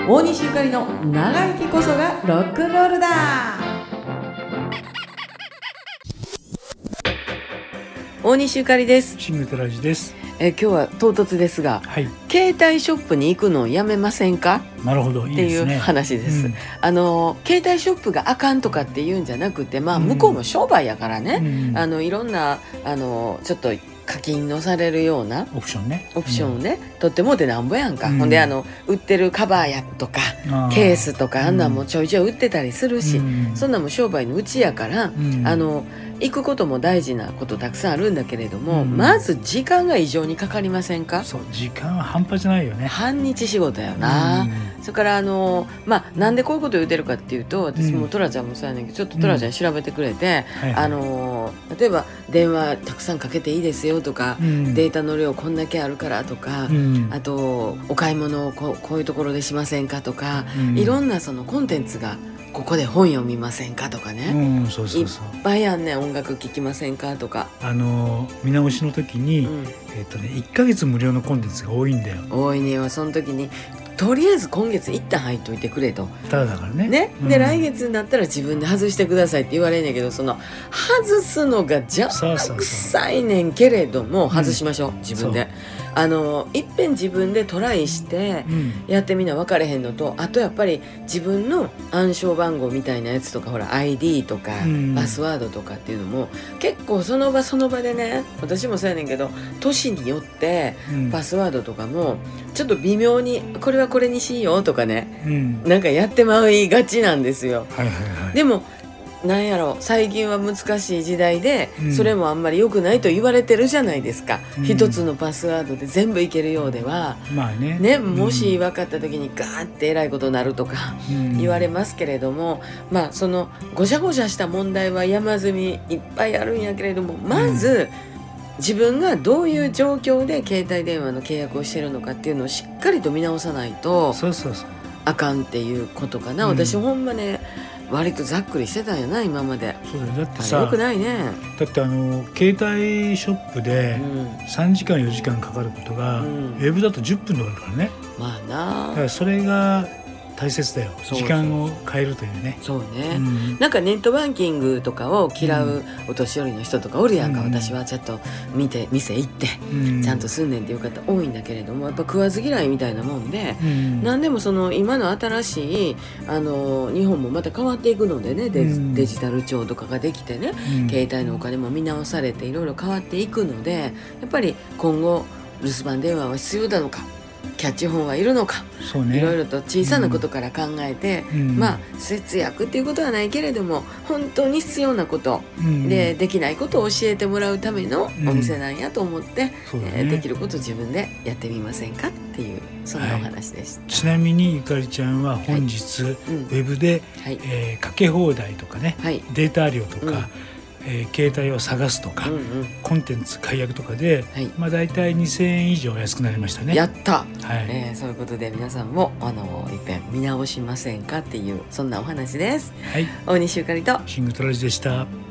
大西ゆかりの長生きこそがロックンロールだ。大西ゆかりです。 シングトラジです。 今日は唐突ですが、 はい、 携帯ショップに行くのをやめませんか？ なるほど、いいですね。 っていう話です、携帯ショップがあかんとかっていうんじゃなくて、向こうも商売やからね、いろんなちょっと課金のされるようなオプションをね、取ってもうてなんぼやんか、ほんで売ってるカバーやとかケースとかあんなんもちょいちょい売ってたりするし、そんなんも商売のうちやから、行くことも大事なことたくさんあるんだけれども、まず時間が異常にかかりませんか？ そう、時間は半端じゃないよね。 半日仕事やな、それからなんでこういうこと言うてるかっていうと、私もトラちゃんもそうやねんけど、ちょっとトラちゃん調べてくれて、例えば電話たくさんかけていいですよとか、データの量こんだけあるからとか、あとお買い物をこういうところでしませんかとか、いろんなそのコンテンツがここで本読みませんかとかね、いっぱいあんねん。音楽聴きませんかとか、 見直しの時に、1ヶ月無料のコンテンツが多いんだよ。 多いねよ。その時にとりあえず今月一旦入っといてくれと。 ただだからね。 で、来月になったら自分で外してくださいって言われんねんけど、その外すのが邪魔くさいねんけれども、外しましょう、自分で。いっぺん自分でトライしてやってみな分かれへんのと、あとやっぱり自分の暗証番号みたいなやつとか、ほら ID とかパスワードとかっていうのも結構その場その場でね、私もそうやねんけど、年によってパスワードとかもちょっと微妙にこれはこれにしようとかね、なんかやってまいがちなんですよ。でもなんやろ、最近は難しい時代で、それもあんまり良くないと言われてるじゃないですか、一つのパスワードで全部いけるようでは、もし分かった時にガーってえらいことになるとか言われますけれども、そのごちゃごちゃした問題は山積みいっぱいあるんやけれども、まず自分がどういう状況で携帯電話の契約をしているのかっていうのをしっかりと見直さないとあかんっていうことかな。私ほんまね、割とざっくりしてたんやな今まで。 そうだよ。だってさ、 よくないね。 だって携帯ショップで3時間4時間かかることが、ウェブだと10分で終わるからね。だからそれが大切だよ。時間を変えるというね。 そうね、なんかネットバンキングとかを嫌うお年寄りの人とかおるやんか、私はちょっと店行って、ちゃんと住んでんっていう方多いんだけれども、やっぱ食わず嫌いみたいなもんで、何でもその今の新しい日本もまた変わっていくのでね、デジタル庁とかができてね、携帯のお金も見直されていろいろ変わっていくので、やっぱり今後留守番電話は必要なのか、キャッチフォンはいるのか、いろいろと小さなことから考えて、節約っていうことはないけれども、本当に必要なこと、できないことを教えてもらうためのお店なんやと思って、できることを自分でやってみませんかっていう、そんなお話です。 ちなみにゆかりちゃんは本日、ウェブで、かけ放題とかね、データ量とか、携帯を探すとか、コンテンツ解約とかで、だいたい2000円以上安くなりましたね。 やった、そういうことで皆さんもいっぺん見直しませんかっていう、そんなお話です。大西ゆかりとシングトラジでした。